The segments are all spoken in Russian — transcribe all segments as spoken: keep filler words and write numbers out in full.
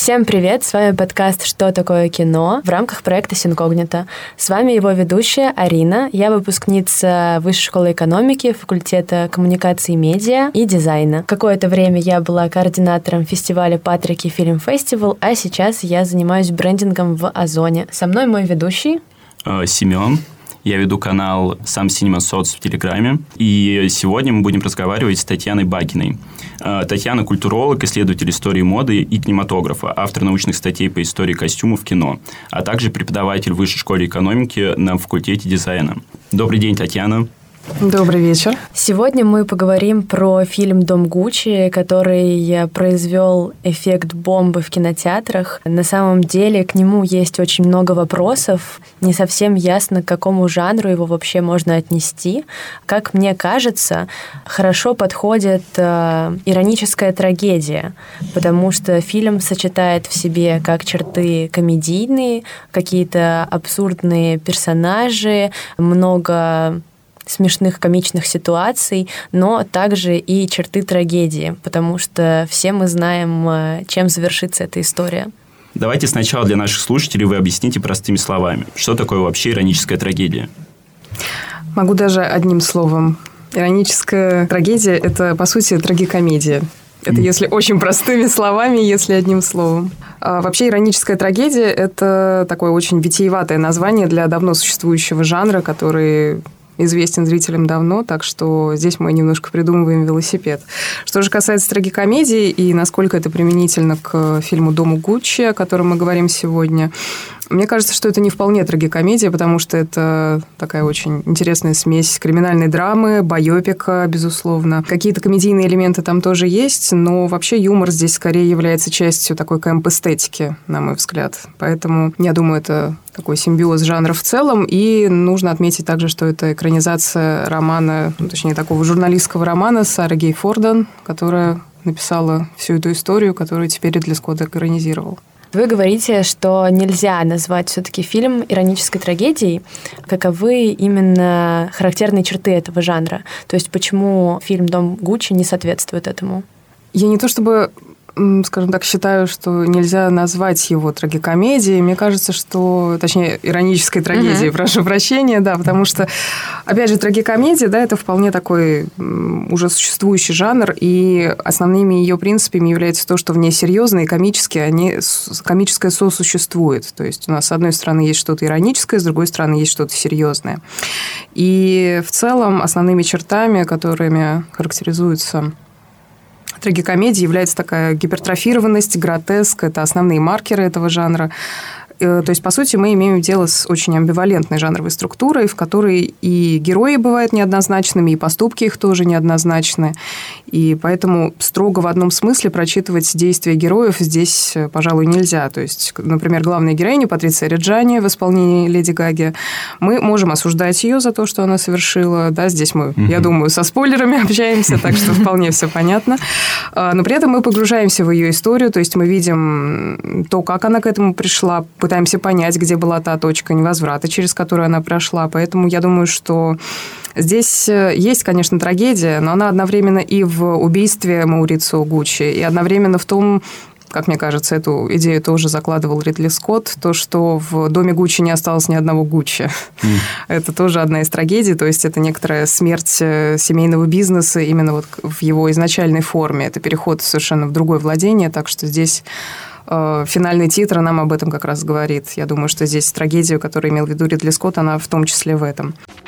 Всем привет! С вами подкаст «Что такое кино» в рамках проекта «Синкогнито». С вами его ведущая Арина. Я выпускница Высшей школы экономики, факультета коммуникации и медиа и дизайна. Какое-то время я была координатором фестиваля «Патрики Фильм Фестивал», а сейчас я занимаюсь брендингом в Озоне. Со мной мой ведущий. Семен. Я веду канал «Сам Синема Соц» в Телеграме. И сегодня мы будем разговаривать с Татьяной Багиной. Татьяна – культуролог, исследователь истории моды и кинематографа, автор научных статей по истории костюмов в кино, а также преподаватель в Высшей школе экономики на факультете дизайна. Добрый день, Татьяна. Добрый вечер. Сегодня мы поговорим про фильм «Дом Гуччи», который произвел эффект бомбы в кинотеатрах. На самом деле к нему есть очень много вопросов. Не совсем ясно, к какому жанру его вообще можно отнести. Как мне кажется, хорошо подходит э, ироническая трагедия, потому что фильм сочетает в себе как черты комедийные, какие-то абсурдные персонажи, много смешных комичных ситуаций, но также и черты трагедии, потому что все мы знаем, чем завершится эта история. Давайте сначала для наших слушателей вы объясните простыми словами, что такое вообще ироническая трагедия. Могу даже одним словом. Ироническая трагедия – это, по сути, трагикомедия. Это если очень простыми словами, если одним словом. А вообще ироническая трагедия – это такое очень витиеватое название для давно существующего жанра, который известен зрителям давно, так что здесь мы немножко придумываем велосипед. Что же касается трагикомедии и насколько это применительно к фильму «Дому Гуччи», о котором мы говорим сегодня, мне кажется, что это не вполне трагикомедия, потому что это такая очень интересная смесь криминальной драмы, байопика, безусловно. Какие-то комедийные элементы там тоже есть, но вообще юмор здесь скорее является частью такой кэмп-эстетики, на мой взгляд. Поэтому, я думаю, это такой симбиоз жанра в целом. И нужно отметить также, что это экранизация романа, ну, точнее, такого журналистского романа Сары Гей Фордан, которая написала всю эту историю, которую теперь Ридли Скотт экранизировал. Вы говорите, что нельзя назвать все-таки фильм иронической трагедией. Каковы именно характерные черты этого жанра? То есть почему фильм «Дом Гуччи» не соответствует этому? Я не то чтобы, скажем так, считаю, что нельзя назвать его трагикомедией. Мне кажется, что... Точнее, иронической трагедией, uh-huh. прошу прощения, да, потому что, опять же, трагикомедия, да, это вполне такой уже существующий жанр, и основными ее принципами является то, что в ней серьезные и комические, они, комическое сосуществует. То есть у нас, с одной стороны, есть что-то ироническое, с другой стороны, есть что-то серьезное. И в целом основными чертами, которыми характеризуются трагикомедия, является такая гипертрофированность, гротеск. Это основные маркеры этого жанра. То есть, по сути, мы имеем дело с очень амбивалентной жанровой структурой, в которой и герои бывают неоднозначными, и поступки их тоже неоднозначны. И поэтому строго в одном смысле прочитывать действия героев здесь, пожалуй, нельзя. То есть, например, главная героиня Патриция Реджани в исполнении Леди Гаги. Мы можем осуждать ее за то, что она совершила. Да, здесь мы, mm-hmm. я думаю, со спойлерами общаемся, так что вполне все понятно. Но при этом мы погружаемся в ее историю, то есть мы видим то, как она к этому пришла, пытаемся понять, где была та точка невозврата, через которую она прошла. Поэтому я думаю, что здесь есть, конечно, трагедия, но она одновременно и в убийстве Маурицио Гуччи, и одновременно в том, как мне кажется, эту идею тоже закладывал Ридли Скотт, то, что в доме Гуччи не осталось ни одного Гуччи. Mm. Это тоже одна из трагедий, то есть это некоторая смерть семейного бизнеса именно вот в его изначальной форме. Это переход совершенно в другое владение, так что здесь финальный титр нам об этом как раз говорит. Я думаю, что здесь трагедия, которую имел в виду Ридли Скотт, она в том числе в этом.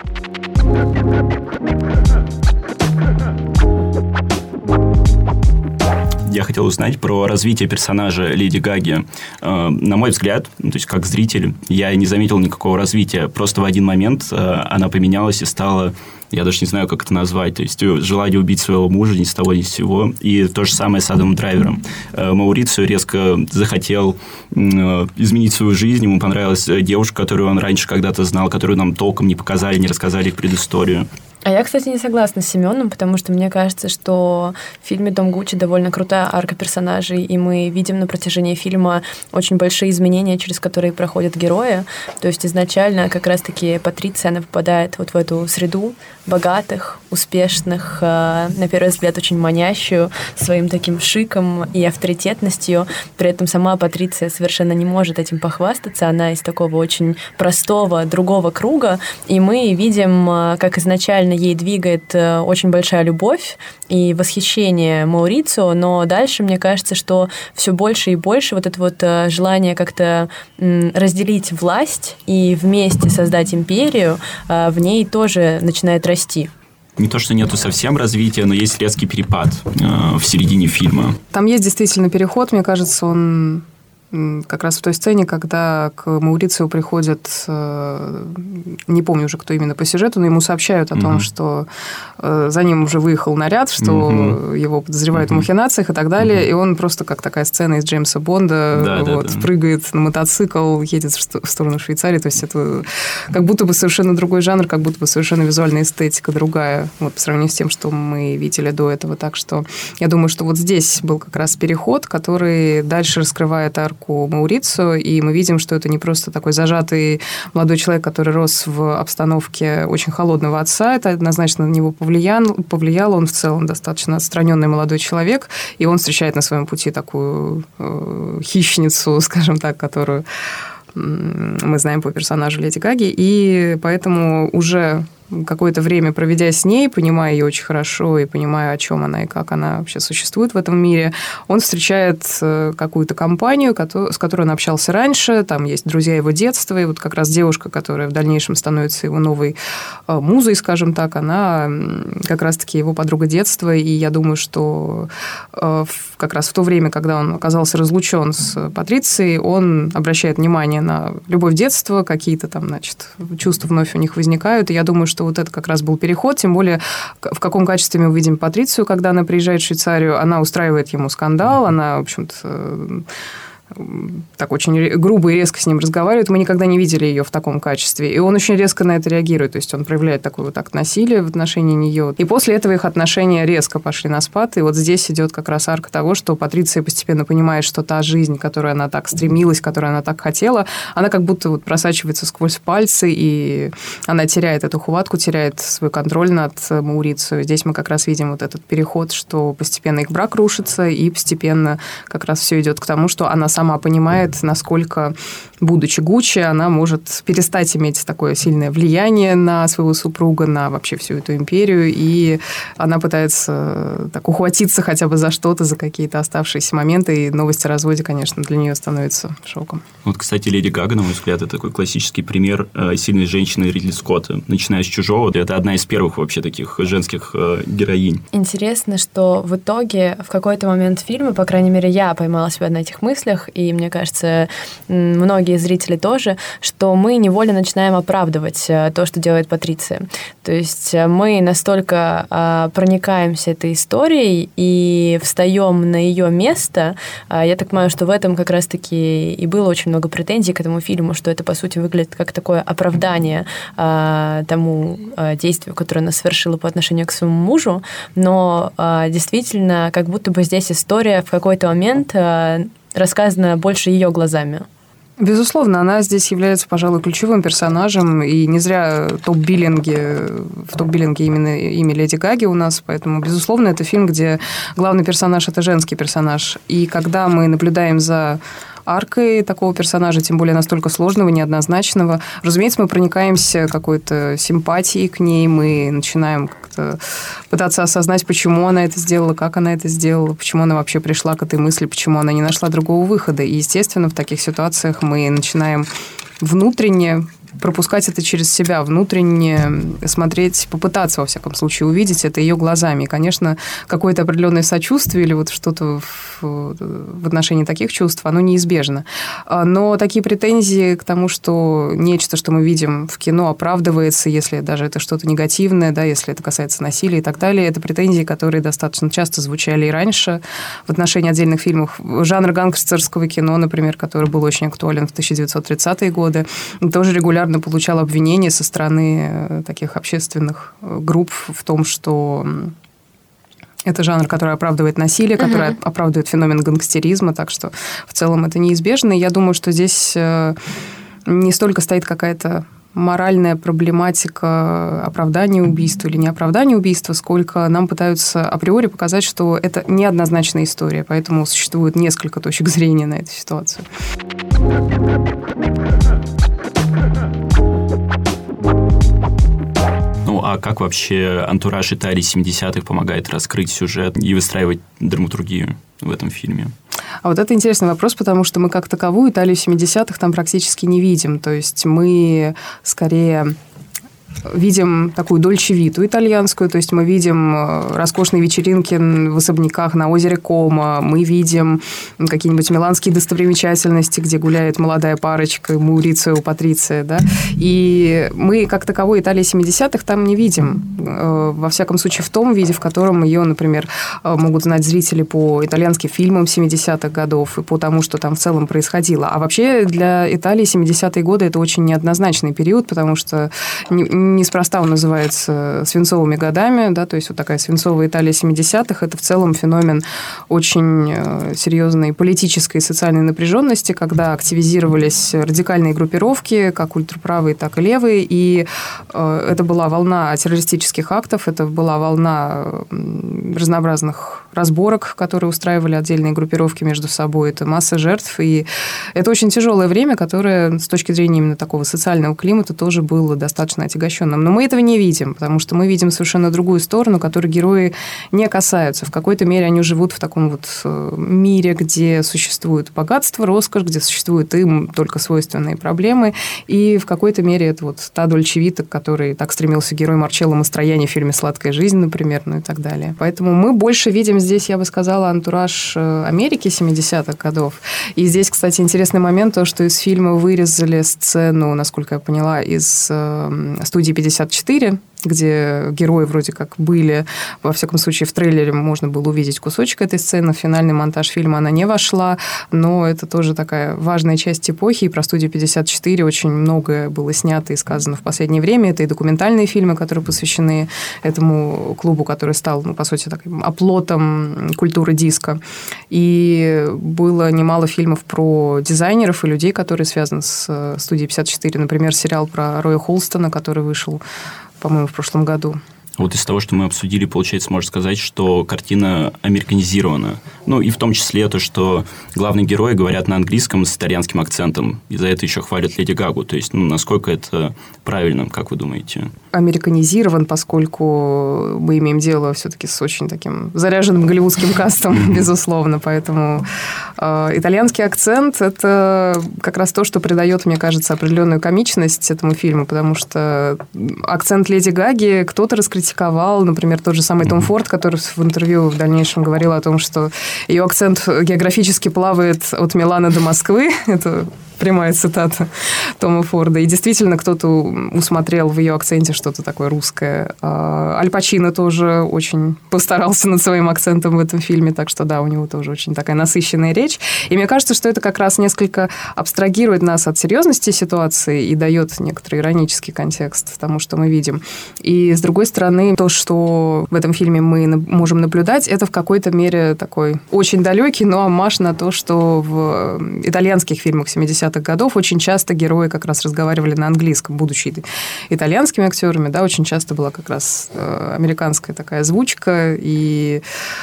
Я хотел узнать про развитие персонажа Леди Гаги. На мой взгляд, то есть как зритель, я не заметил никакого развития. Просто в один момент она поменялась и стала, я даже не знаю, как это назвать, то есть желание убить своего мужа ни с того ни с сего. И то же самое с Адамом Драйвером. Маурицио резко захотел изменить свою жизнь. Ему понравилась девушка, которую он раньше когда-то знал, которую нам толком не показали, не рассказали их предысторию. А я, кстати, не согласна с Семеном, потому что мне кажется, что в фильме «Дом Гуччи» довольно крутая арка персонажей, и мы видим на протяжении фильма очень большие изменения, через которые проходят герои. То есть изначально как раз-таки Патриция, она попадает вот в эту среду богатых, успешных, на первый взгляд очень манящую, своим таким шиком и авторитетностью. При этом сама Патриция совершенно не может этим похвастаться. Она из такого очень простого, другого круга, и мы видим, как изначально ей двигает очень большая любовь и восхищение Маурицио, но дальше, мне кажется, что все больше и больше вот это вот желание как-то разделить власть и вместе создать империю в ней тоже начинает расти. Не то, что нету совсем развития, но есть резкий перепад э, в середине фильма. Там есть действительно переход, мне кажется, он как раз в той сцене, когда к Маурицио приходят, не помню уже, кто именно по сюжету, но ему сообщают о uh-huh. том, что за ним уже выехал наряд, что uh-huh. его подозревают uh-huh. в махинациях и так далее, uh-huh. и он просто, как такая сцена из Джеймса Бонда, да, вот, да, да. прыгает на мотоцикл, едет в сторону Швейцарии, то есть это как будто бы совершенно другой жанр, как будто бы совершенно визуальная эстетика другая, вот, по сравнению с тем, что мы видели до этого, так что я думаю, что вот здесь был как раз переход, который дальше раскрывает арку Маурицио, и мы видим, что это не просто такой зажатый молодой человек, который рос в обстановке очень холодного отца, это однозначно на него повлиял, повлиял. Он в целом достаточно отстраненный молодой человек, и он встречает на своем пути такую э, хищницу, скажем так, которую мы знаем по персонажу Леди Гаги, и поэтому уже какое-то время проведя с ней, понимая ее очень хорошо и понимая, о чем она и как она вообще существует в этом мире, он встречает какую-то компанию, с которой он общался раньше, там есть друзья его детства, и вот как раз девушка, которая в дальнейшем становится его новой музой, скажем так, она как раз-таки его подруга детства, и я думаю, что как раз в то время, когда он оказался разлучен с Патрицией, он обращает внимание на любовь детства, какие-то там, значит, чувства вновь у них возникают, и я думаю, что что вот это как раз был переход, тем более в каком качестве мы увидим Патрицию, когда она приезжает в Швейцарию, она устраивает ему скандал, она, в общем-то, так очень грубо и резко с ним разговаривает. Мы никогда не видели ее в таком качестве. И он очень резко на это реагирует. То есть он проявляет такой вот акт насилия в отношении нее. И после этого их отношения резко пошли на спад. И вот здесь идет как раз арка того, что Патриция постепенно понимает, что та жизнь, к которой она так стремилась, которую она так хотела, она как будто вот просачивается сквозь пальцы, и она теряет эту хватку, теряет свой контроль над Маурицио. Здесь мы как раз видим вот этот переход, что постепенно их брак рушится, и постепенно как раз все идет к тому, что она сама понимает, насколько, будучи Гуччи, она может перестать иметь такое сильное влияние на своего супруга, на вообще всю эту империю, и она пытается так ухватиться хотя бы за что-то, за какие-то оставшиеся моменты, и новость о разводе, конечно, для нее становится шоком. Вот, кстати, Леди Гага, на мой взгляд, это такой классический пример сильной женщины Ридли Скотта. Начиная с «Чужого», это одна из первых вообще таких женских героинь. Интересно, что в итоге в какой-то момент фильма, по крайней мере, я поймала себя на этих мыслях, и, мне кажется, многие зрители тоже, что мы невольно начинаем оправдывать то, что делает Патриция. То есть мы настолько проникаемся этой историей и встаем на ее место. Я так понимаю, что в этом как раз-таки и было очень много претензий к этому фильму, что это, по сути, выглядит как такое оправдание тому действию, которое она совершила по отношению к своему мужу. Но действительно, как будто бы здесь история в какой-то момент рассказана больше ее глазами. Безусловно, она здесь является, пожалуй, ключевым персонажем, и не зря топ-биллинге, в топ-биллинге именно имя Леди Гаги у нас, поэтому, безусловно, это фильм, где главный персонаж – это женский персонаж. И когда мы наблюдаем за аркой такого персонажа, тем более настолько сложного, неоднозначного, разумеется, мы проникаемся какой-то симпатией к ней, мы начинаем как-то пытаться осознать, почему она это сделала, как она это сделала, почему она вообще пришла к этой мысли, почему она не нашла другого выхода. И, естественно, в таких ситуациях мы начинаем внутренне пропускать это через себя, внутренне смотреть, попытаться, во всяком случае, увидеть это ее глазами. И, конечно, какое-то определенное сочувствие или вот что-то в, в отношении таких чувств, оно неизбежно. Но такие претензии к тому, что нечто, что мы видим в кино, оправдывается, если даже это что-то негативное, да, если это касается насилия и так далее, это претензии, которые достаточно часто звучали и раньше в отношении отдельных фильмов. Жанр гангстерского кино, например, который был очень актуален в тысяча девятьсот тридцатые годы, тоже регулярно регулярно получал обвинения со стороны таких общественных групп в том, что это жанр, который оправдывает насилие, который uh-huh. оправдывает феномен гангстеризма, так что в целом это неизбежно. И я думаю, что здесь не столько стоит какая-то моральная проблематика оправдания убийства или неоправдания убийства, сколько нам пытаются априори показать, что это неоднозначная история, поэтому существует несколько точек зрения на эту ситуацию. Ну, а как вообще антураж Италии семидесятых помогает раскрыть сюжет и выстраивать драматургию в этом фильме? А вот это интересный вопрос, потому что мы как таковую Италию семидесятых там практически не видим. То есть мы скорее видим такую дольче-виту итальянскую, то есть мы видим роскошные вечеринки в особняках на озере Комо, мы видим какие-нибудь миланские достопримечательности, где гуляет молодая парочка Маурицио, Патриция, да, и мы, как таковой, Италии семидесятых там не видим, во всяком случае, в том виде, в котором ее, например, могут знать зрители по итальянским фильмам семидесятых годов и по тому, что там в целом происходило. А вообще для Италии семидесятые годы это очень неоднозначный период, потому что неспроста он называется свинцовыми годами, да, то есть вот такая свинцовая Италия семидесятых – это в целом феномен очень серьезной политической и социальной напряженности, когда активизировались радикальные группировки, как ультраправые, так и левые, и это была волна террористических актов, это была волна разнообразных разборок, которые устраивали отдельные группировки между собой, это масса жертв, и это очень тяжелое время, которое с точки зрения именно такого социального климата тоже было достаточно отягощенным. Но мы этого не видим, потому что мы видим совершенно другую сторону, которой герои не касаются. В какой-то мере они живут в таком вот мире, где существует богатство, роскошь, где существуют им только свойственные проблемы, и в какой-то мере это вот та дольче-вита, к которой так стремился герой Марчелло Мастроянни в фильме «Сладкая жизнь», например, ну и так далее. Поэтому мы больше видим здесь, я бы сказала, антураж Америки семидесятых годов. И здесь, кстати, интересный момент, то, что из фильма вырезали сцену, насколько я поняла, из студии пятьдесят четыре, где герои вроде как были. Во всяком случае, в трейлере можно было увидеть кусочек этой сцены. В финальный монтаж фильма она не вошла, но это тоже такая важная часть эпохи. И про студию пятьдесят четыре очень многое было снято и сказано в последнее время. Это и документальные фильмы, которые посвящены этому клубу, который стал, ну, по сути, таким оплотом культуры диско. И было немало фильмов про дизайнеров и людей, которые связаны с студией пятьдесят четыре. Например, сериал про Роя Холстона, который вышел, по-моему, в прошлом году. Вот из того, что мы обсудили, получается, можно сказать, что картина американизирована. Ну, и в том числе то, что главные герои говорят на английском с итальянским акцентом. И за это еще хвалят Леди Гагу. То есть, ну, насколько это правильно, как вы думаете? Американизирован, поскольку мы имеем дело все-таки с очень таким заряженным голливудским кастом, безусловно. Поэтому э, итальянский акцент – это как раз то, что придает, мне кажется, определенную комичность этому фильму, потому что акцент Леди Гаги кто-то раскритиковал, например, тот же самый Том Форд, который в интервью в дальнейшем говорил о том, что ее акцент географически плавает от Милана до Москвы. Это прямая цитата Тома Форда. И действительно, кто-то усмотрел в ее акценте что-то такое русское. Аль Пачино тоже очень постарался над своим акцентом в этом фильме, так что, да, у него тоже очень такая насыщенная речь. И мне кажется, что это как раз несколько абстрагирует нас от серьезности ситуации и дает некоторый иронический контекст тому, что мы видим. И, с другой стороны, то, что в этом фильме мы можем наблюдать, это в какой-то мере такой очень далекий, но оммаж на то, что в итальянских фильмах семидесятых годов очень часто герои как раз разговаривали на английском, будучи итальянскими актерами, да, очень часто была как раз американская такая озвучка, и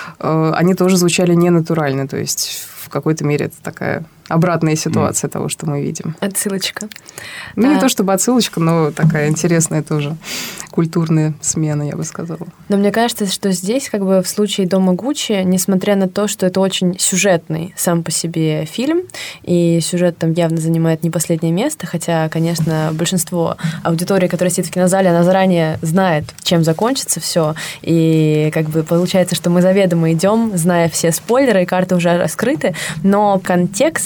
они тоже звучали ненатурально, то есть в какой-то мере это такая обратная ситуация mm. того, что мы видим. Отсылочка. Ну, а... не то чтобы отсылочка, но такая интересная тоже культурная смена, я бы сказала. Но мне кажется, что здесь, как бы в случае «Дома Гуччи», несмотря на то, что это очень сюжетный сам по себе фильм, и сюжет там явно занимает не последнее место, хотя, конечно, большинство аудитории, которая сидит в кинозале, она заранее знает, чем закончится все, и как бы получается, что мы заведомо идем, зная все спойлеры, и карты уже раскрыты, но контекст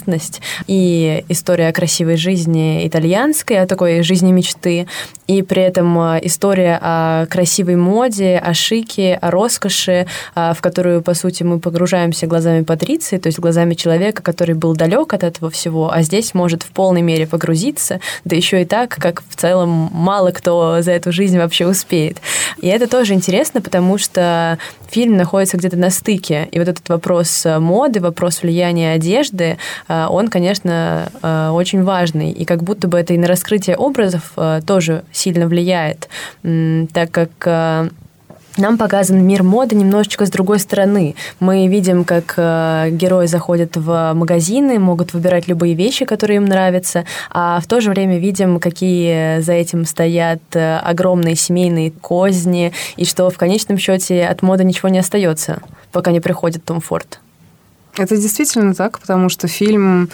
и история о красивой жизни итальянской, о такой жизни мечты, и при этом история история о красивой моде, о шике, о роскоши, в которую, по сути, мы погружаемся глазами Патриции, то есть глазами человека, который был далек от этого всего, а здесь может в полной мере погрузиться, да еще и так, как в целом мало кто за эту жизнь вообще успеет. И это тоже интересно, потому что фильм находится где-то на стыке, и вот этот вопрос моды, вопрос влияния одежды, он, конечно, очень важный, и как будто бы это и на раскрытие образов тоже сильно влияет, так как нам показан мир моды немножечко с другой стороны. Мы видим, как э, герои заходят в магазины, могут выбирать любые вещи, которые им нравятся, а в то же время видим, какие за этим стоят огромные семейные козни, и что в конечном счете от моды ничего не остается, пока не приходит Том Форд. Это действительно так, потому что фильм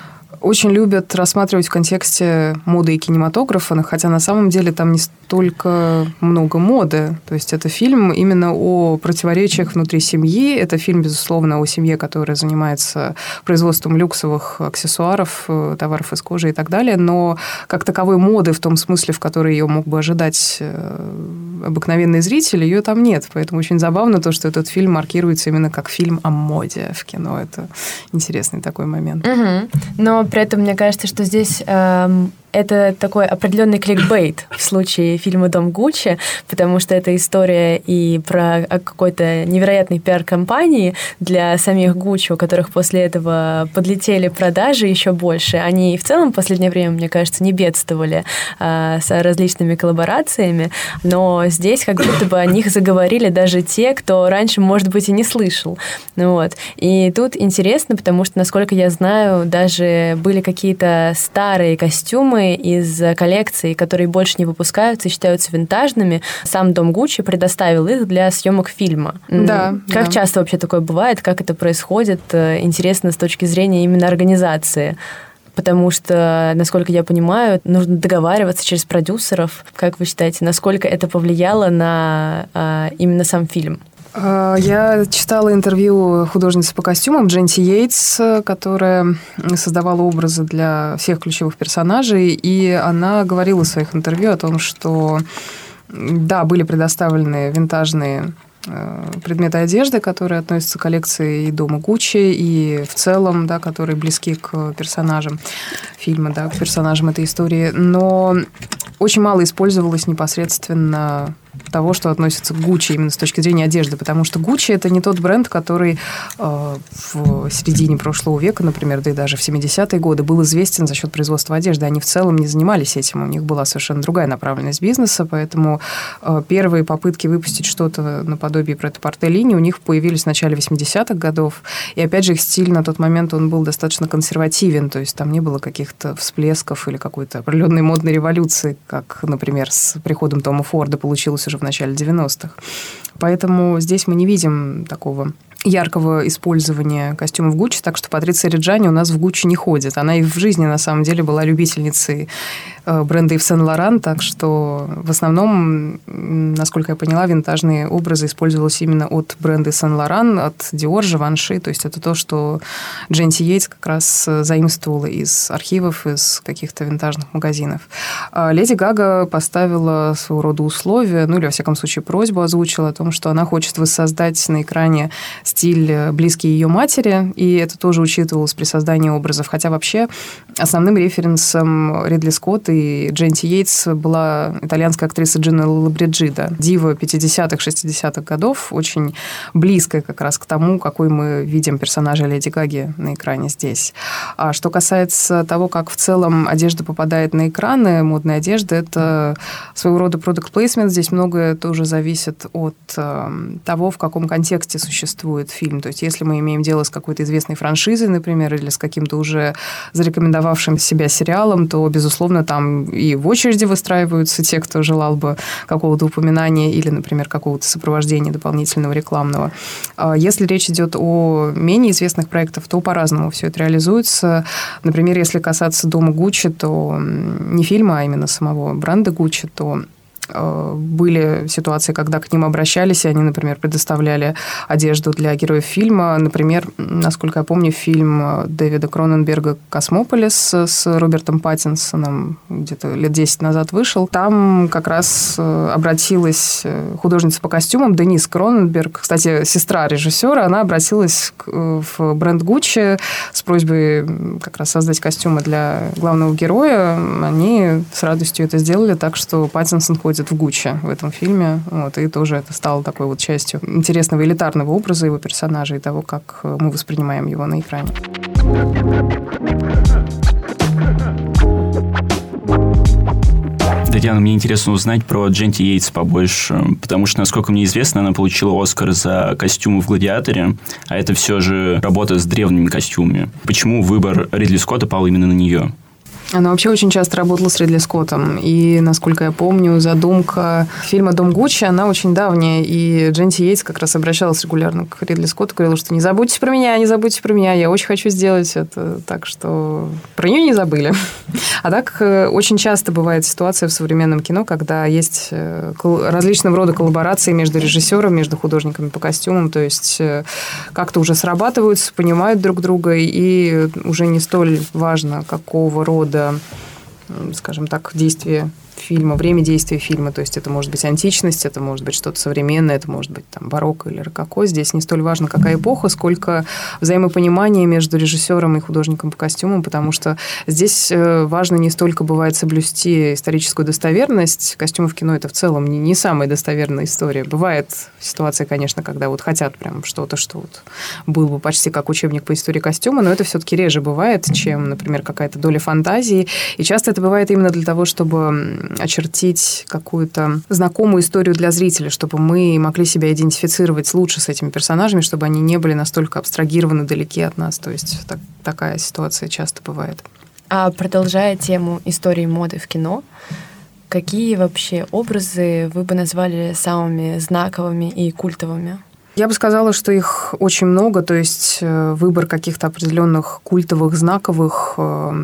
очень любят рассматривать в контексте моды и кинематографа, хотя на самом деле там не столько много моды. То есть это фильм именно о противоречиях внутри семьи. Это фильм, безусловно, о семье, которая занимается производством люксовых аксессуаров, товаров из кожи и так далее. Но как таковой моды в том смысле, в которой ее мог бы ожидать обыкновенный зритель, ее там нет. Поэтому очень забавно то, что этот фильм маркируется именно как фильм о моде в кино. Это интересный такой момент. Угу. Но при этом мне кажется, что здесь эм, это такой определенный кликбейт в случае фильма «Дом Гуччи», потому что это история и про какой-то невероятный пиар кампании для самих Гуччи, у которых после этого подлетели продажи еще больше. Они и в целом в последнее время, мне кажется, не бедствовали э, с различными коллаборациями, но здесь как будто бы о них заговорили даже те, кто раньше, может быть, и не слышал. Вот. И тут интересно, потому что, насколько я знаю, даже были какие-то старые костюмы из коллекций, которые больше не выпускаются и считаются винтажными. Сам Дом Гуччи предоставил их для съемок фильма. Да, как да. часто вообще такое бывает, как это происходит? Интересно с точки зрения именно организации. Потому что, насколько я понимаю, нужно договариваться через продюсеров. Как вы считаете, насколько это повлияло на а, именно сам фильм? Я читала интервью художницы по костюмам Дженти Йейтс, которая создавала образы для всех ключевых персонажей, и она говорила в своих интервью о том, что да, были предоставлены винтажные предметы одежды, которые относятся к коллекции и дома Гуччи, и в целом, да, которые близки к персонажам фильма, да, к персонажам этой истории, но очень мало использовалось непосредственно того, что относится к Гуччи именно с точки зрения одежды, потому что Гуччи – это не тот бренд, который э, в середине прошлого века, например, да и даже в семидесятые годы был известен за счет производства одежды. Они в целом не занимались этим, у них была совершенно другая направленность бизнеса, поэтому э, первые попытки выпустить что-то наподобие прет-а-порте-линии у них появились в начале восьмидесятых годов, и опять же их стиль на тот момент он был достаточно консервативен, то есть там не было каких-то всплесков или какой-то определенной модной революции, как, например, с приходом Тома Форда получилось уже в начале девяностых. Поэтому здесь мы не видим такого яркого использования костюмов Гуччи, так что Патриция Реджани у нас в Гуччи не ходит. Она и в жизни, на самом деле, была любительницей бренда Ив Сен-Лоран, так что в основном, насколько я поняла, винтажные образы использовались именно от бренда Сен-Лоран, от Диор, Живанши, то есть это то, что Дженти Йейтс как раз заимствовала из архивов, из каких-то винтажных магазинов. Леди Гага поставила своего рода условия, ну или, во всяком случае, просьбу озвучила о том, что она хочет воссоздать на экране стиль, близкий ее матери, и это тоже учитывалось при создании образов. Хотя вообще основным референсом Ридли Скотт и Дженти Йейтс была итальянская актриса Джина Лоллобриджида, дива пятидесятых, шестидесятых годов, очень близкая как раз к тому, какой мы видим персонажа Леди Гаги на экране здесь. А что касается того, как в целом одежда попадает на экраны, модная одежда, это своего рода product placement. Здесь многое тоже зависит от э, того, в каком контексте существует фильм. То есть, если мы имеем дело с какой-то известной франшизой, например, или с каким-то уже зарекомендовавшим себя сериалом, то, безусловно, там и в очереди выстраиваются те, кто желал бы какого-то упоминания или, например, какого-то сопровождения дополнительного рекламного. Если речь идет о менее известных проектах, то по-разному все это реализуется. Например, если касаться дома Гуччи, то не фильма, а именно самого бренда Гуччи, то Были ситуации, когда к ним обращались, и они, например, предоставляли одежду для героев фильма. Например, насколько я помню, фильм Дэвида Кроненберга «Космополис» с Робертом Паттинсоном где-то лет десять назад вышел. Там как раз обратилась художница по костюмам Денис Кроненберг, кстати, сестра режиссера, она обратилась в бренд Gucci с просьбой как раз создать костюмы для главного героя. Они с радостью это сделали, так что Паттинсон ходит в Gucci в этом фильме. Вот, и тоже это стало такой вот частью интересного элитарного образа его персонажа и того, как мы воспринимаем его на экране. Татьяна, мне интересно узнать про Дженти Йейтс побольше, потому что, насколько мне известно, она получила Оскар за костюмы в «Гладиаторе», а это все же работа с древними костюмами. Почему выбор Ридли Скотта пал именно на нее? Она вообще очень часто работала с Ридли Скоттом. И, насколько я помню, задумка фильма «Дом Гуччи», она очень давняя. И Дженти Йейтс как раз обращалась регулярно к Ридли Скотту, говорила, что не забудьте про меня, не забудьте про меня, я очень хочу сделать это. Так что про нее не забыли. А так очень часто бывает ситуация в современном кино, когда есть различного рода коллаборации между режиссером, между художниками по костюмам. То есть как-то уже срабатываются, понимают друг друга, и уже не столь важно, какого рода, скажем так, действие фильма, время действия фильма, то есть это может быть античность, это может быть что-то современное, это может быть там барокко или рококо. Здесь не столь важно, какая эпоха, сколько взаимопонимания между режиссером и художником по костюмам, потому что здесь важно не столько бывает соблюсти историческую достоверность. Костюмы в кино – это в целом не, не самая достоверная история. Бывает ситуация, конечно, когда вот хотят прям что-то, что вот был бы почти как учебник по истории костюма, но это все-таки реже бывает, чем, например, какая-то доля фантазии. И часто это бывает именно для того, чтобы очертить какую-то знакомую историю для зрителя, чтобы мы могли себя идентифицировать лучше с этими персонажами, чтобы они не были настолько абстрагированы, далеки от нас. То есть так, такая ситуация часто бывает. А продолжая тему истории моды в кино, какие вообще образы вы бы назвали самыми знаковыми и культовыми? Я бы сказала, что их очень много, то есть выбор каких-то определенных культовых, знаковых.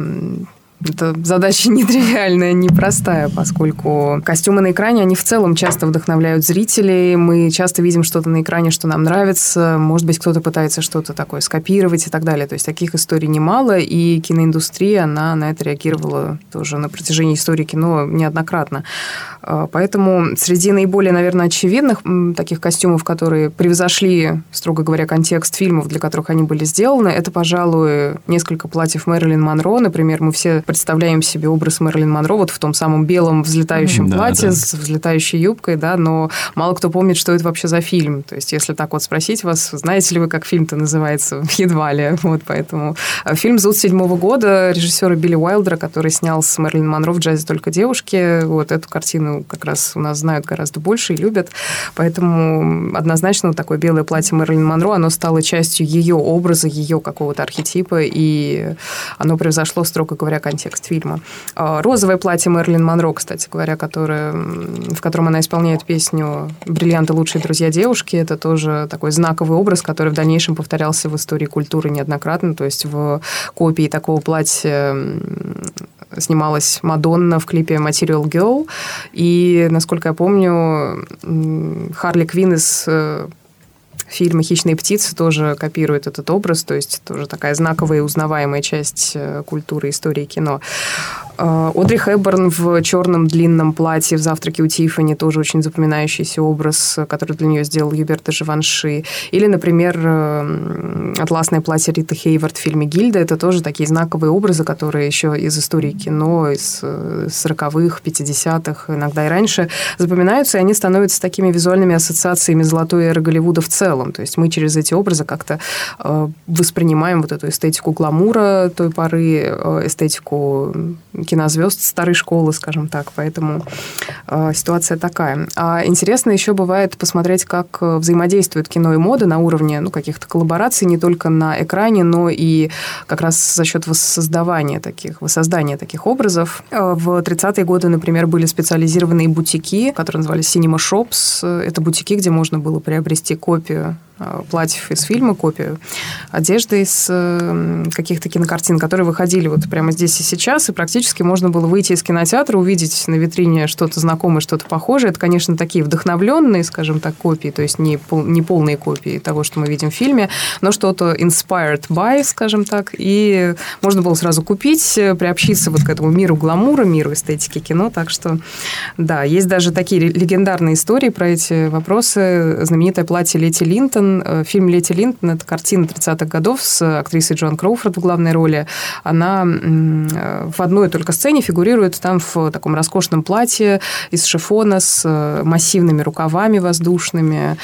Это задача нетривиальная, непростая, поскольку костюмы на экране, они в целом часто вдохновляют зрителей. Мы часто видим что-то на экране, что нам нравится. Может быть, кто-то пытается что-то такое скопировать и так далее. То есть таких историй немало, и киноиндустрия, она на это реагировала тоже на протяжении истории кино неоднократно. Поэтому среди наиболее, наверное, очевидных таких костюмов, которые превзошли, строго говоря, контекст фильмов, для которых они были сделаны, это, пожалуй, несколько платьев Мэрилин Монро. Например, мы все представляем себе образ Мэрилин Монро вот в том самом белом взлетающем да, платье да. с взлетающей юбкой, да, но мало кто помнит, что это вообще за фильм. То есть, если так вот спросить вас, знаете ли вы, как фильм-то называется? Едва ли. Вот, поэтому фильм «Зуд» седьмого года режиссера Билли Уайлдера, который снял с Мэрилин Монро в «Джазе только девушки». Вот эту картину как раз у нас знают гораздо больше и любят. Поэтому однозначно вот такое белое платье Мэрилин Монро, оно стало частью ее образа, ее какого-то архетипа, и оно превзошло, строго говоря, контекст фильма. Розовое платье Мэрилин Монро, кстати говоря, которое, в котором она исполняет песню «Бриллианты – лучшие друзья девушки», это тоже такой знаковый образ, который в дальнейшем повторялся в истории культуры неоднократно. То есть в копии такого платья снималась Мадонна в клипе «Material Girl». И, насколько я помню, Харли Квинн из фильма «Хищные птицы» тоже копирует этот образ, то есть тоже такая знаковая и узнаваемая часть культуры, истории кино. Одри Хепберн в черном длинном платье в «Завтраке у Тиффани» тоже очень запоминающийся образ, который для нее сделал Юбер де Живанши. Или, например, атласное платье Риты Хейворт в фильме «Гильда». Это тоже такие знаковые образы, которые еще из истории кино, из сороковых, пятидесятых, иногда и раньше запоминаются, и они становятся такими визуальными ассоциациями золотой эры Голливуда в целом. То есть мы через эти образы как-то воспринимаем вот эту эстетику гламура той поры, эстетику кинозвезд старой школы, скажем так. Поэтому э, ситуация такая. А интересно еще бывает посмотреть, как взаимодействует кино и мода на уровне ну, каких-то коллабораций не только на экране, но и как раз за счет воссоздавания таких, воссоздания таких образов. В тридцатые годы, например, были специализированные бутики, которые назывались Cinema Shops. Это бутики, где можно было приобрести копию платьев из фильма, копию одежды из каких-то кинокартин, которые выходили вот прямо здесь и сейчас, и практически можно было выйти из кинотеатра, увидеть на витрине что-то знакомое, что-то похожее. Это, конечно, такие вдохновленные, скажем так, копии, то есть не, пол, не полные копии того, что мы видим в фильме, но что-то inspired by, скажем так, и можно было сразу купить, приобщиться вот к этому миру гламура, миру эстетики кино, так что, да, есть даже такие легендарные истории про эти вопросы. Знаменитое платье Летти Линтон. Фильм «Летти Линтон» – это картина тридцатых годов с актрисой Джоан Кроуфорд в главной роли. Она в одной только сцене фигурирует там в таком роскошном платье из шифона с массивными рукавами воздушными.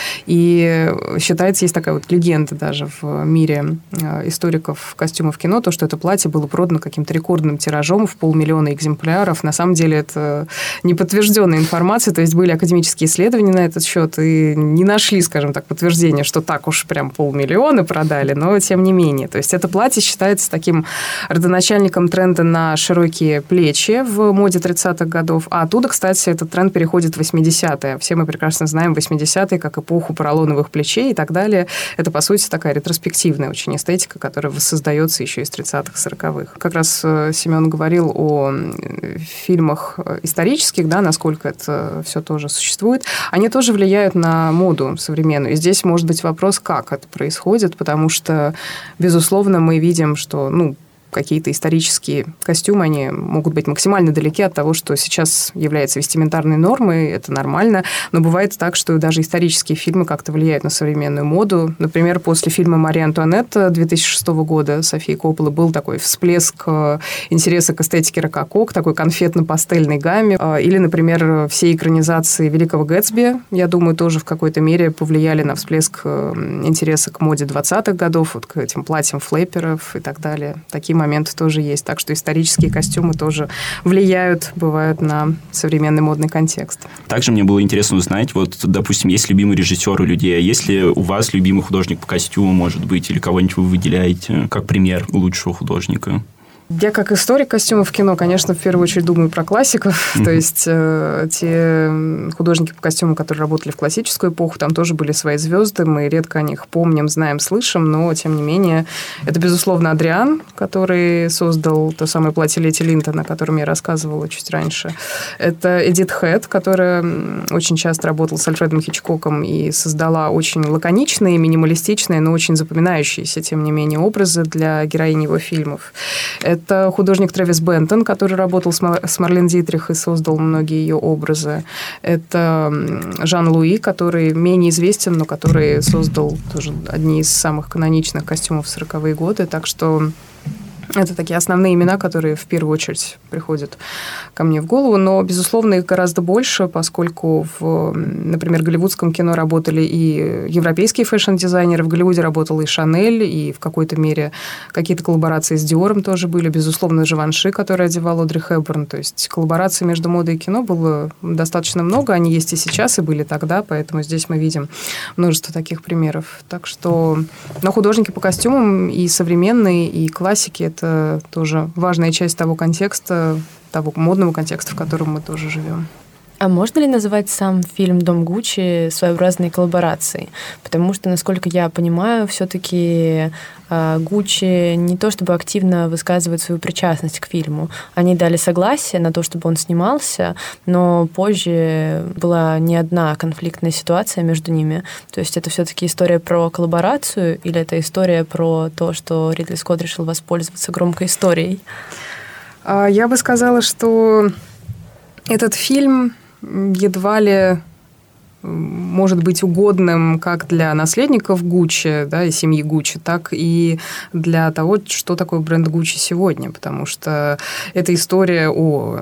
И считается, есть такая вот легенда даже в мире историков костюмов кино, то, что это платье было продано каким-то рекордным тиражом в полмиллиона экземпляров. На самом деле это неподтвержденная информация, то есть были академические исследования на этот счет и не нашли, скажем так, подтверждения, что так уж прям полмиллиона продали, но тем не менее. То есть это платье считается таким родоначальником тренда на широкие плечи в моде тридцатых годов, а оттуда, кстати, этот тренд переходит в восьмидесятые. Все мы прекрасно знаем восьмидесятые как эпоху поролоновых плечей и так далее. Это, по сути, такая ретроспективная очень эстетика, которая воссоздается еще из тридцатых, сороковых. Как раз Семен говорил о фильмах исторических, да, насколько это все тоже существует. Они тоже влияют на моду современную. И здесь может быть вопрос, как это происходит, потому что, безусловно, мы видим, что, ну, какие-то исторические костюмы, они могут быть максимально далеки от того, что сейчас является вестиментарной нормой, это нормально, но бывает так, что даже исторические фильмы как-то влияют на современную моду. Например, после фильма «Мария Антуанетта» две тысячи шестого года Софии Копполы был такой всплеск интереса к эстетике рококо, к такой конфетно-пастельной гамме. Или, например, все экранизации «Великого Гэтсби», я думаю, тоже в какой-то мере повлияли на всплеск интереса к моде двадцатых годов, вот к этим платьям флэперов и так далее. Такие моменты тоже есть. Так что исторические костюмы тоже влияют, бывают, на современный модный контекст. Также мне было интересно узнать, вот, допустим, есть любимый режиссер у людей, а есть ли у вас любимый художник по костюму, может быть, или кого-нибудь вы выделяете как пример лучшего художника? Я как историк костюмов в кино, конечно, в первую очередь думаю про классиков. Mm-hmm. То есть э, те художники по костюмам, которые работали в классическую эпоху, там тоже были свои звезды. Мы редко о них помним, знаем, слышим, но, тем не менее, это, безусловно, Адриан, который создал то самое платье Летти Линтон, о котором я рассказывала чуть раньше. Это Эдит Хэт, которая очень часто работала с Альфредом Хичкоком и создала очень лаконичные, минималистичные, но очень запоминающиеся, тем не менее, образы для героинь его фильмов. Это художник Трэвис Бентон, который работал с Марлен Дитрих и создал многие ее образы. Это Жан Луи, который менее известен, но который создал тоже одни из самых каноничных костюмов в сороковые годы. Так что это такие основные имена, которые в первую очередь приходят ко мне в голову. Но, безусловно, их гораздо больше, поскольку, в, например, в голливудском кино работали и европейские фэшн-дизайнеры, в Голливуде работала и Шанель, и в какой-то мере какие-то коллаборации с Диором тоже были. Безусловно, Живанши, который одевал Одри Хепберн. То есть коллабораций между модой и кино было достаточно много. Они есть и сейчас, и были тогда, поэтому здесь мы видим множество таких примеров. Так что... Но художники по костюмам и современные, и классики – это тоже важная часть того контекста, того модного контекста, в котором мы тоже живем. А можно ли называть сам фильм «Дом Гуччи» своеобразной коллаборацией? Потому что, насколько я понимаю, все-таки Гуччи не то чтобы активно высказывает свою причастность к фильму. Они дали согласие на то, чтобы он снимался, но позже была не одна конфликтная ситуация между ними. То есть это все-таки история про коллаборацию или это история про то, что Ридли Скотт решил воспользоваться громкой историей? Я бы сказала, что этот фильм едва ли может быть угодным как для наследников Гуччи, да, и семьи Гуччи, так и для того, что такое бренд Гуччи сегодня, потому что это история о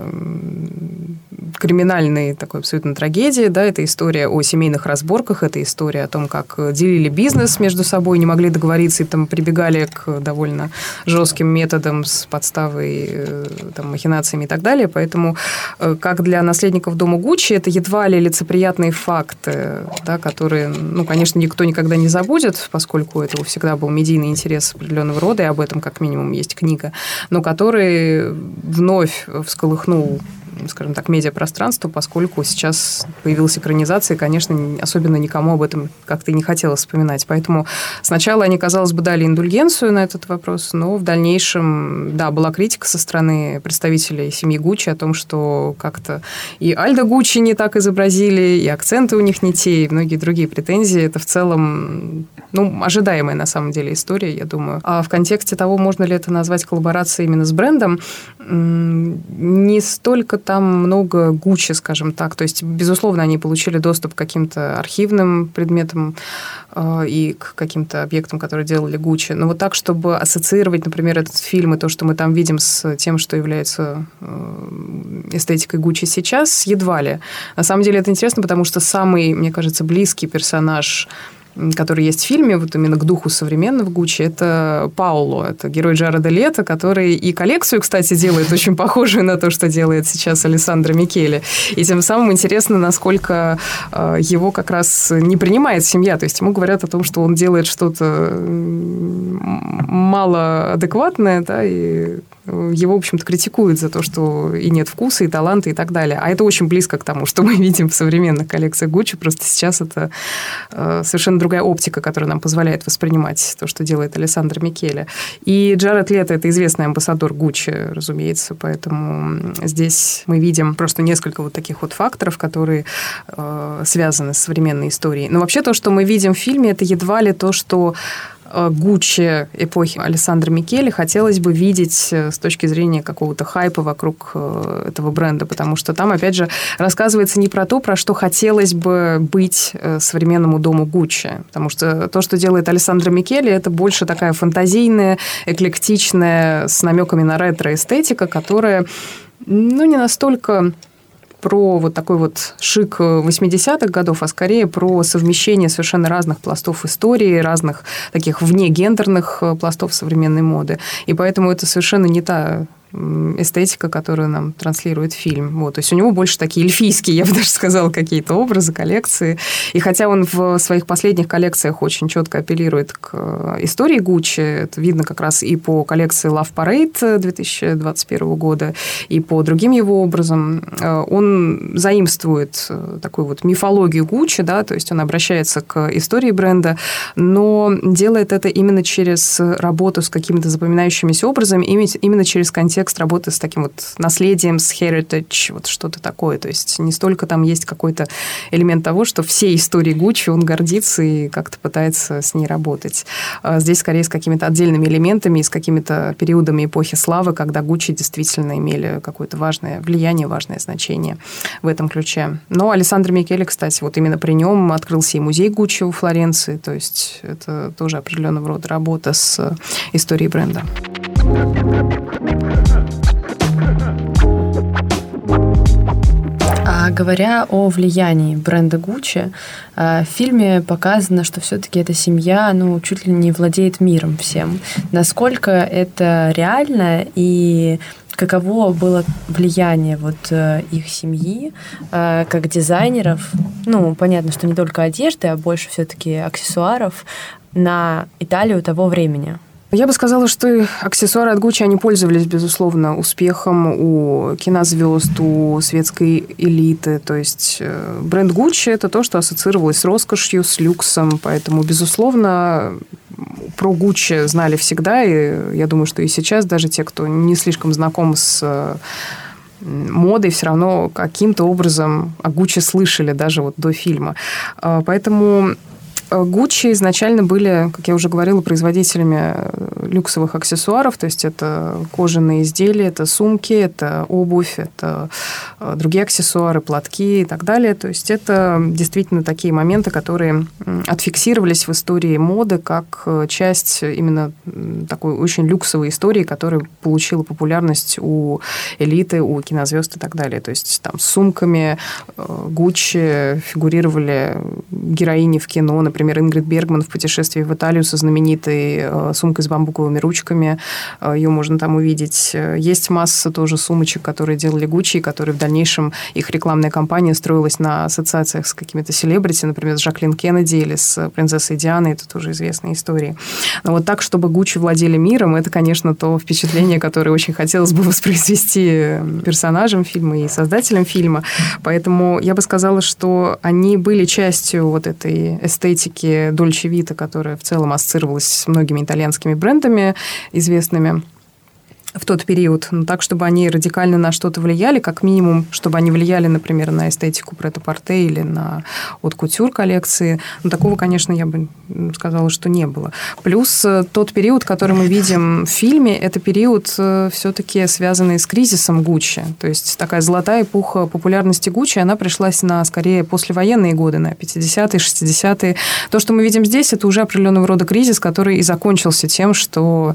криминальной такой абсолютно трагедии, да, это история о семейных разборках, это история о том, как делили бизнес между собой, не могли договориться и там прибегали к довольно жестким методам с подставой, там, махинациями и так далее. Поэтому как для наследников дома Гуччи это едва ли лицеприятные факты, да, которые, ну, конечно, никто никогда не забудет, поскольку это всегда был медийный интерес определенного рода, и об этом как минимум есть книга, но который вновь всколыхнул скажем так, медиапространству, поскольку сейчас появилась экранизация, и, конечно, особенно никому об этом как-то и не хотелось вспоминать. Поэтому сначала они, казалось бы, дали индульгенцию на этот вопрос, но в дальнейшем, да, была критика со стороны представителей семьи Гуччи о том, что как-то и Альдо Гуччи не так изобразили, и акценты у них не те, и многие другие претензии. Это в целом, ну, ожидаемая на самом деле история, я думаю. А в контексте того, можно ли это назвать коллаборацией именно с брендом, не столько там много Гуччи, скажем так. То есть, безусловно, они получили доступ к каким-то архивным предметам э, и к каким-то объектам, которые делали Гуччи. Но вот так, чтобы ассоциировать, например, этот фильм и то, что мы там видим, с тем, что является э, эстетикой Гуччи сейчас, едва ли. На самом деле это интересно, потому что самый, мне кажется, близкий персонаж, который есть в фильме, вот именно к духу современного Гуччи, это Пауло, это герой Джареда Лето, который и коллекцию, кстати, делает очень похожую на то, что делает сейчас Алессандро Микеле. И тем самым интересно, насколько его как раз не принимает семья. То есть ему говорят о том, что он делает что-то малоадекватное, да, и его, в общем-то, критикуют за то, что и нет вкуса, и таланта, и так далее. А это очень близко к тому, что мы видим в современных коллекциях Гуччи. Просто сейчас это совершенно другая оптика, которая нам позволяет воспринимать то, что делает Алессандро Микеле. И Джаред Лето – это известный амбассадор Гуччи, разумеется, поэтому здесь мы видим просто несколько вот таких вот факторов, которые э, связаны с современной историей. Но вообще то, что мы видим в фильме, это едва ли то, что Гуччи эпохи Алессандро Микеле хотелось бы видеть с точки зрения какого-то хайпа вокруг этого бренда, потому что там, опять же, рассказывается не про то, про что хотелось бы быть современному дому Гуччи, потому что то, что делает Алессандро Микеле, это больше такая фантазийная, эклектичная, с намеками на ретро-эстетика, которая, ну, не настолько про вот такой вот шик восьмидесятых годов, а скорее про совмещение совершенно разных пластов истории, разных таких внегендерных пластов современной моды. И поэтому это совершенно не та эстетика, которую нам транслирует фильм. Вот. То есть у него больше такие эльфийские, я бы даже сказала, какие-то образы, коллекции. И хотя он в своих последних коллекциях очень четко апеллирует к истории Гуччи, это видно как раз и по коллекции Love Parade две тысячи двадцать первого года, и по другим его образам, он заимствует такую вот мифологию Гуччи, да, то есть он обращается к истории бренда, но делает это именно через работу с какими-то запоминающимися образами, именно через контекст Текст работы с таким вот наследием, с heritage, вот что-то такое. То есть не столько там есть какой-то элемент того, что всей историей Гуччи он гордится и как-то пытается с ней работать. Здесь скорее с какими-то отдельными элементами и с какими-то периодами эпохи славы, когда Гуччи действительно имели какое-то важное влияние, важное значение в этом ключе. Но Алессандро Микеле, кстати, вот именно при нем открылся и музей Гуччи во Флоренции. То есть это тоже определенного рода работа с историей бренда. А говоря о влиянии бренда Гуччи, в фильме показано, что все-таки эта семья, ну, чуть ли не владеет миром всем. Насколько это реально и каково было влияние вот их семьи как дизайнеров? Ну, понятно, что не только одежды, а больше все-таки аксессуаров на Италию того времени. Я бы сказала, что аксессуары от Гуччи, они пользовались, безусловно, успехом у кинозвезд, у светской элиты. То есть бренд Гуччи – это то, что ассоциировалось с роскошью, с люксом. Поэтому, безусловно, про Гуччи знали всегда. И я думаю, что и сейчас даже те, кто не слишком знаком с модой, все равно каким-то образом о Гуччи слышали даже вот до фильма. Поэтому Гуччи изначально были, как я уже говорила, производителями люксовых аксессуаров, то есть это кожаные изделия, это сумки, это обувь, это другие аксессуары, платки и так далее. То есть это действительно такие моменты, которые отфиксировались в истории моды как часть именно такой очень люксовой истории, которая получила популярность у элиты, у кинозвезд и так далее. То есть там с сумками Гуччи фигурировали героини в кино, например, например, Ингрид Бергман в «Путешествии в Италию» со знаменитой э, сумкой с бамбуковыми ручками. Э, ее можно там увидеть. Есть масса тоже сумочек, которые делали Гуччи, которые в дальнейшем, их рекламная кампания строилась на ассоциациях с какими-то селебрити, например, с Жаклин Кеннеди или с принцессой Дианой. Это тоже известные истории. Но вот так, чтобы Гуччи владели миром, это, конечно, то впечатление, которое очень хотелось бы воспроизвести персонажам фильма и создателям фильма. Поэтому я бы сказала, что они были частью вот этой эстетики Дольче Вита, которая в целом ассоциировалась с многими итальянскими брендами известными в тот период, но так, чтобы они радикально на что-то влияли, как минимум, чтобы они влияли, например, на эстетику прет-а-порте или на от-кутюр коллекции. Но такого, конечно, я бы сказала, что не было. Плюс тот период, который мы видим в фильме, это период все-таки связанный с кризисом Гуччи. То есть такая золотая эпоха популярности Гуччи, она пришлась на, скорее, послевоенные годы, на пятидесятые, шестидесятые. То, что мы видим здесь, это уже определенного рода кризис, который и закончился тем, что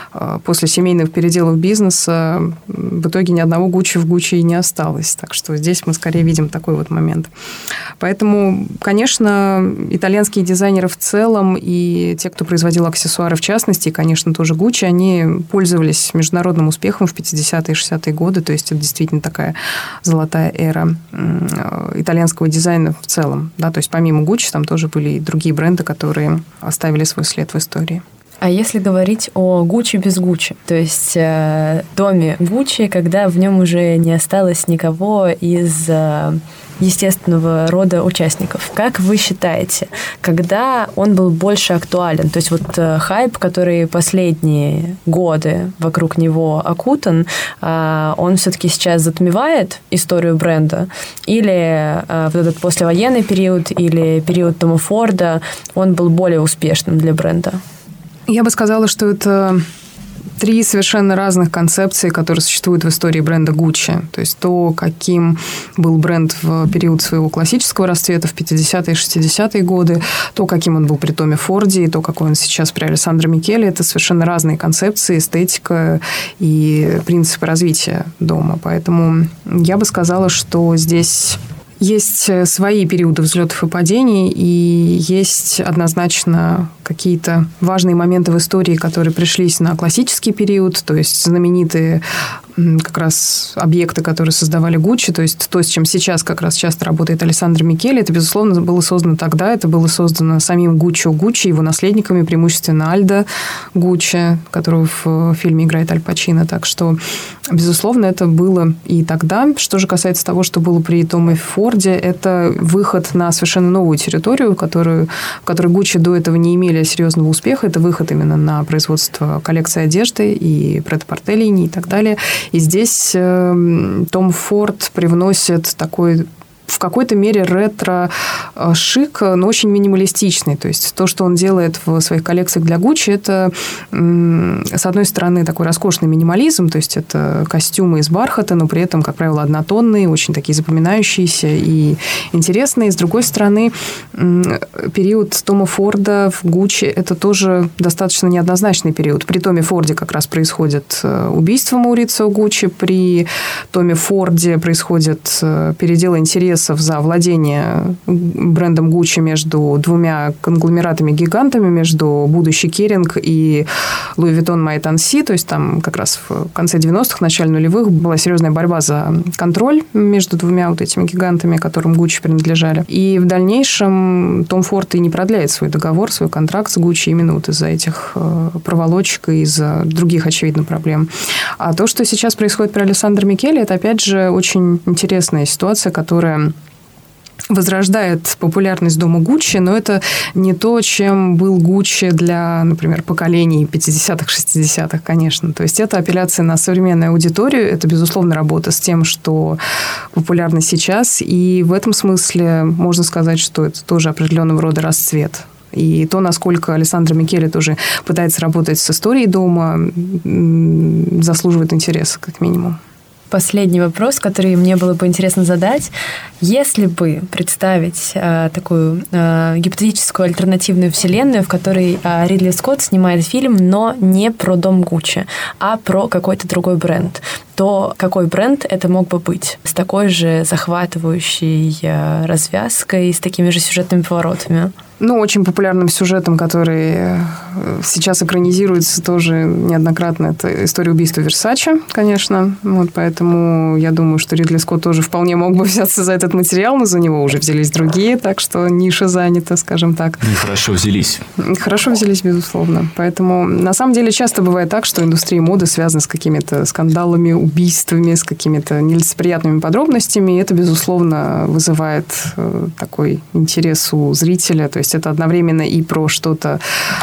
после семейных переделов бизнеса в итоге ни одного Гуччи в Гуччи и не осталось. Так что здесь мы скорее видим такой вот момент. Поэтому, конечно, итальянские дизайнеры в целом и те, кто производил аксессуары в частности, и, конечно, тоже Гуччи, они пользовались международным успехом в пятидесятые и шестидесятые годы. То есть это действительно такая золотая эра итальянского дизайна в целом. Да? То есть помимо Гуччи там тоже были и другие бренды, которые оставили свой след в истории. А если говорить о Гуччи без Гуччи, то есть э, доме Гуччи, когда в нем уже не осталось никого из э, естественного рода участников, как вы считаете, когда он был больше актуален? То есть вот э, хайп, который последние годы вокруг него окутан, э, он все-таки сейчас затмевает историю бренда? Или э, вот этот послевоенный период или период Тома Форда, он был более успешным для бренда? Я бы сказала, что это три совершенно разных концепции, которые существуют в истории бренда Гуччи. То есть то, каким был бренд в период своего классического расцвета в пятидесятые и шестидесятые годы, то, каким он был при Томе Форде, и то, какой он сейчас при Алессандро Микеле, это совершенно разные концепции, эстетика и принципы развития дома. Поэтому я бы сказала, что здесь есть свои периоды взлетов и падений, и есть однозначно какие-то важные моменты в истории, которые пришлись на классический период, то есть знаменитые как раз объекты, которые создавали Гуччи, то есть то, с чем сейчас как раз часто работает Алессандро Микеле, это, безусловно, было создано тогда, это было создано самим Гуччо Гуччи, его наследниками, преимущественно Альдо Гуччи, которого в фильме играет Аль Пачино, так что, безусловно, это было и тогда. Что же касается того, что было при Томе Форде, это выход на совершенно новую территорию, которую, в которой Гуччи до этого не имели серьезного успеха, это выход именно на производство коллекции одежды и прет-а-порте линии и так далее. И здесь э, Том Форд привносит такой в какой-то мере ретро-шик, но очень минималистичный. То есть то, что он делает в своих коллекциях для Гуччи, это, с одной стороны, такой роскошный минимализм, то есть это костюмы из бархата, но при этом, как правило, однотонные, очень такие запоминающиеся и интересные. С другой стороны, период Тома Форда в Гуччи – это тоже достаточно неоднозначный период. При Томе Форде как раз происходит убийство Маурицио Гуччи, при Томе Форде происходит передел интересов за владение брендом Гуччи между двумя конгломератами-гигантами, между будущий Керинг и Луи Виттон Майя Танси. То есть там как раз в конце девяностых, начале нулевых была серьезная борьба за контроль между двумя вот этими гигантами, которым Гуччи принадлежали. И в дальнейшем Том Форд и не продляет свой договор, свой контракт с Гуччи именно вот из-за этих проволочек и из-за других, очевидно, проблем. А то, что сейчас происходит при Алессандро Микеле, это, опять же, очень интересная ситуация, которая возрождает популярность дома Гуччи, но это не то, чем был Гуччи для, например, поколений пятидесятых, шестидесятых, конечно. То есть это апелляция на современную аудиторию, это, безусловно, работа с тем, что популярно сейчас, и в этом смысле можно сказать, что это тоже определенного рода расцвет. И то, насколько Алессандро Микеле тоже пытается работать с историей дома, заслуживает интереса, как минимум. Последний вопрос, который мне было бы интересно задать. Если бы представить э, такую э, гипотетическую альтернативную вселенную, в которой э, Ридли Скотт снимает фильм, но не про дом Гуччи, а про какой-то другой бренд, то какой бренд это мог бы быть? С такой же захватывающей э, развязкой, с такими же сюжетными поворотами? Ну, очень популярным сюжетом, который сейчас экранизируется тоже неоднократно, это «История убийства Версаче», конечно. Вот, поэтому я думаю, что Ридли Скотт тоже вполне мог бы взяться за этот материал, но за него уже взялись другие, так что ниша занята, скажем так. И хорошо взялись. Хорошо взялись, безусловно. Поэтому, на самом деле, часто бывает так, что индустрия моды связана с какими-то скандалами, убийствами, с какими-то нелицеприятными подробностями, и это, безусловно, вызывает такой интерес у зрителя. То есть это одновременно и про что-то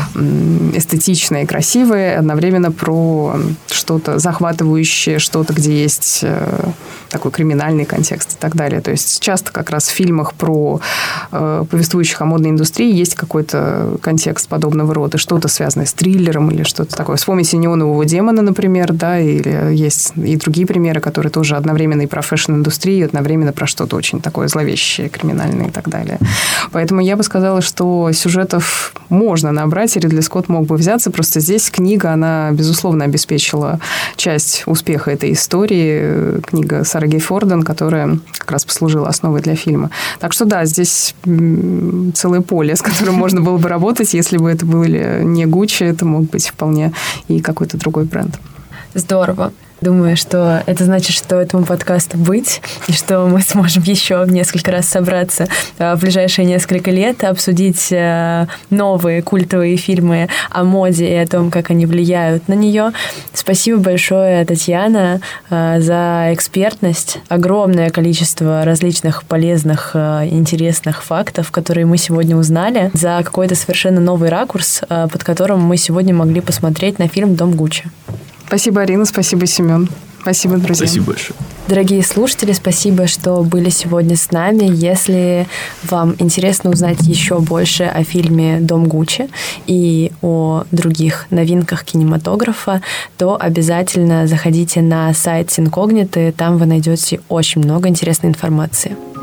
эстетичное и красивое, одновременно про что-то захватывающее, что-то, где есть такой криминальный контекст и так далее. То есть часто как раз в фильмах про повествующих о модной индустрии есть какой-то контекст подобного рода, что-то связанное с триллером или что-то такое. Вспомните «Неонового демона», например, да, или есть и другие примеры, которые тоже одновременно и про фэшн-индустрию, и одновременно про что-то очень такое зловещее, криминальное и так далее. Поэтому я бы сказала, что что сюжетов можно набрать, и Ридли Скотт мог бы взяться. Просто здесь книга, она, безусловно, обеспечила часть успеха этой истории. Книга Сары Гей Форден, которая как раз послужила основой для фильма. Так что да, здесь целое поле, с которым можно было бы работать. Если бы это были не Гуччи, это мог быть вполне и какой-то другой бренд. Здорово. Думаю, что это значит, что этому подкасту быть, и что мы сможем еще несколько раз собраться в ближайшие несколько лет, обсудить новые культовые фильмы о моде и о том, как они влияют на нее. Спасибо большое, Татьяна, за экспертность, огромное количество различных полезных, интересных фактов, которые мы сегодня узнали, за какой-то совершенно новый ракурс, под которым мы сегодня могли посмотреть на фильм «Дом Гуччи». Спасибо, Арина, спасибо, Семен. Спасибо, друзья. Спасибо большое. Дорогие слушатели, спасибо, что были сегодня с нами. Если вам интересно узнать еще больше о фильме «Дом Гуччи» и о других новинках кинематографа, то обязательно заходите на сайт Синкогниты, там вы найдете очень много интересной информации.